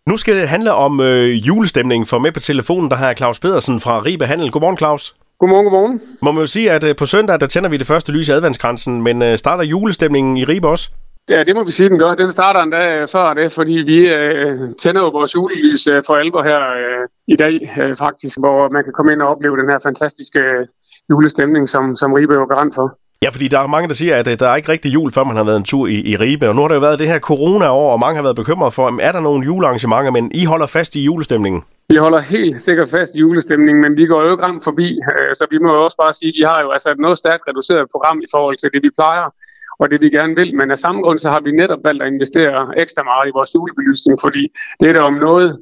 Nu skal det handle om julestemningen. For med på telefonen, der har Claus Pedersen fra Ribe Handel. Godmorgen, Claus. Godmorgen. Må man jo sige, at på søndag, der tænder vi det første lys i adventskransen, men starter julestemningen i Ribe også? Ja, det må vi sige, den gør. Den starter en dag før det, fordi vi tænder jo vores julelys for alvor her i dag, faktisk, hvor man kan komme ind og opleve den her fantastiske julestemning, som Ribe er jo garant for. Ja, fordi der er mange, der siger, at der er ikke rigtig jul, før man har været en tur i Ribe. Og nu har der jo været det her corona-år, og mange har været bekymret for, er der nogle julearrangementer, men I holder fast i julestemningen? Vi holder helt sikkert fast i julestemningen, men vi går jo ikke ramt forbi. Så vi må jo også bare sige, at vi har jo altså et noget stærkt reduceret program i forhold til det, vi plejer, og det vi gerne vil. Men af samme grund, så har vi netop valgt at investere ekstra meget i vores julebelysning, fordi det er der om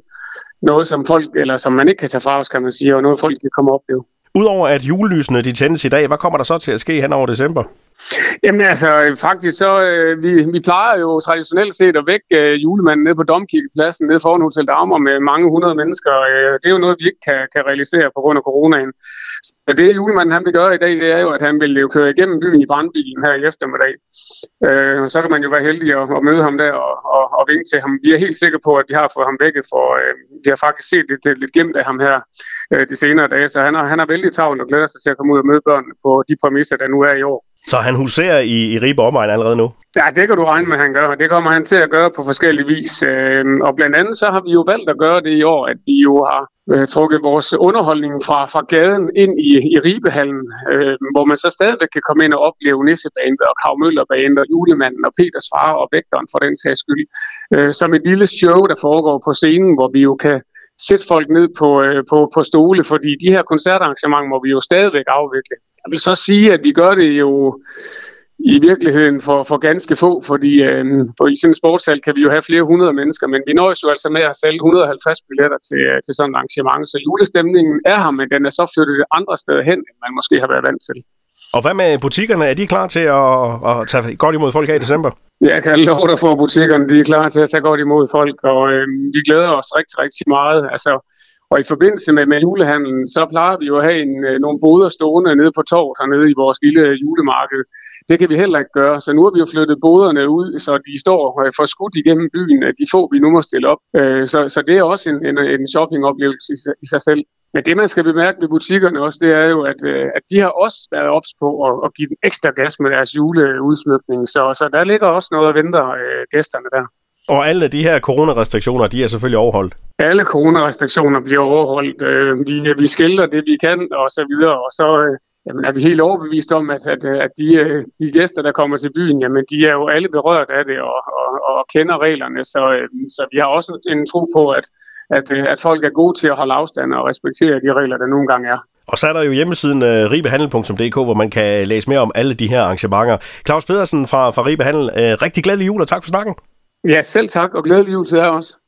noget som folk, eller som man ikke kan tage fra os, kan man sige, og noget folk kan komme og opleve. Udover at julelysene de tændes i dag, hvad kommer der så til at ske hen over december? Jamen altså, faktisk så, vi plejer jo traditionelt set at vække julemanden nede på Domkirkepladsen, nede foran Hotel Dagmar med mange hundrede mennesker. Det er jo noget, vi ikke kan realisere på grund af coronaen. Så det julemanden han vil gøre i dag, det er jo, at han vil jo køre igennem byen i brandbilen her i eftermiddag. Så kan man jo være heldig at møde ham der og vinke til ham. Vi er helt sikre på, at vi har fået ham vækket, for vi har faktisk set lidt gemt af ham her de senere dage. Så han er vældig travlt og glæder sig til at komme ud og møde børnene på de præmisser, der nu er i år. Så han huserer i Ribe omegn allerede nu? Ja, det kan du regne med, at han gør. Det kommer han til at gøre på forskellige vis. Og blandt andet så har vi jo valgt at gøre det i år, at vi jo har trukket vores underholdning fra gaden ind i Ribehallen, hvor man så stadigvæk kan komme ind og opleve Nissebanen og Kravmøllerbanen og Julemanden og Peters far og Vægteren for den sags skyld. Som et lille show, der foregår på scenen, hvor vi jo kan sætte folk ned på stole, fordi de her koncertarrangementer må vi jo stadigvæk afvikle. Jeg vil så sige, at vi gør det jo i virkeligheden for ganske få, fordi i sådan en sportshal kan vi jo have flere hundrede mennesker, men vi nøjes jo altså med at sælge 150 billetter til sådan et arrangement. Så julestemningen er her, men den er så flyttet andre steder hen, end man måske har været vant til. Og hvad med butikkerne? Er de klar til at tage godt imod folk her i december? Jeg kan love dig for, at butikkerne de er klar til at tage godt imod folk, og vi glæder os rigtig, rigtig meget. Og i forbindelse med julehandlen, så plejer vi jo at have nogle boder stående nede på torvet hernede i vores lille julemarked. Det kan vi heller ikke gøre, så nu har vi jo flyttet boderne ud, så de står for skudt igennem byen, de få vi nu må stille op. Så det er også en shoppingoplevelse i sig selv. Men det, man skal bemærke ved butikkerne også, det er jo, at de har også været ops på at give den ekstra gas med deres juleudsmykning. Så der ligger også noget at vente gæsterne der. Og alle de her coronarestriktioner, de er selvfølgelig overholdt? Alle coronarestriktioner bliver overholdt. Vi skilter det, vi kan, og så videre. Og så er vi helt overbevist om, at de gæster, der kommer til byen, jamen, de er jo alle berørt af det og kender reglerne. Så vi har også en tro på, at folk er gode til at holde afstand og respektere de regler, der nogle gange er. Og så er der jo hjemmesiden ribehandel.dk, hvor man kan læse mere om alle de her arrangementer. Claus Pedersen fra Ribe Handel, rigtig glædelig jul, og tak for snakken. Ja, selv tak, og glædelig jul til jer også.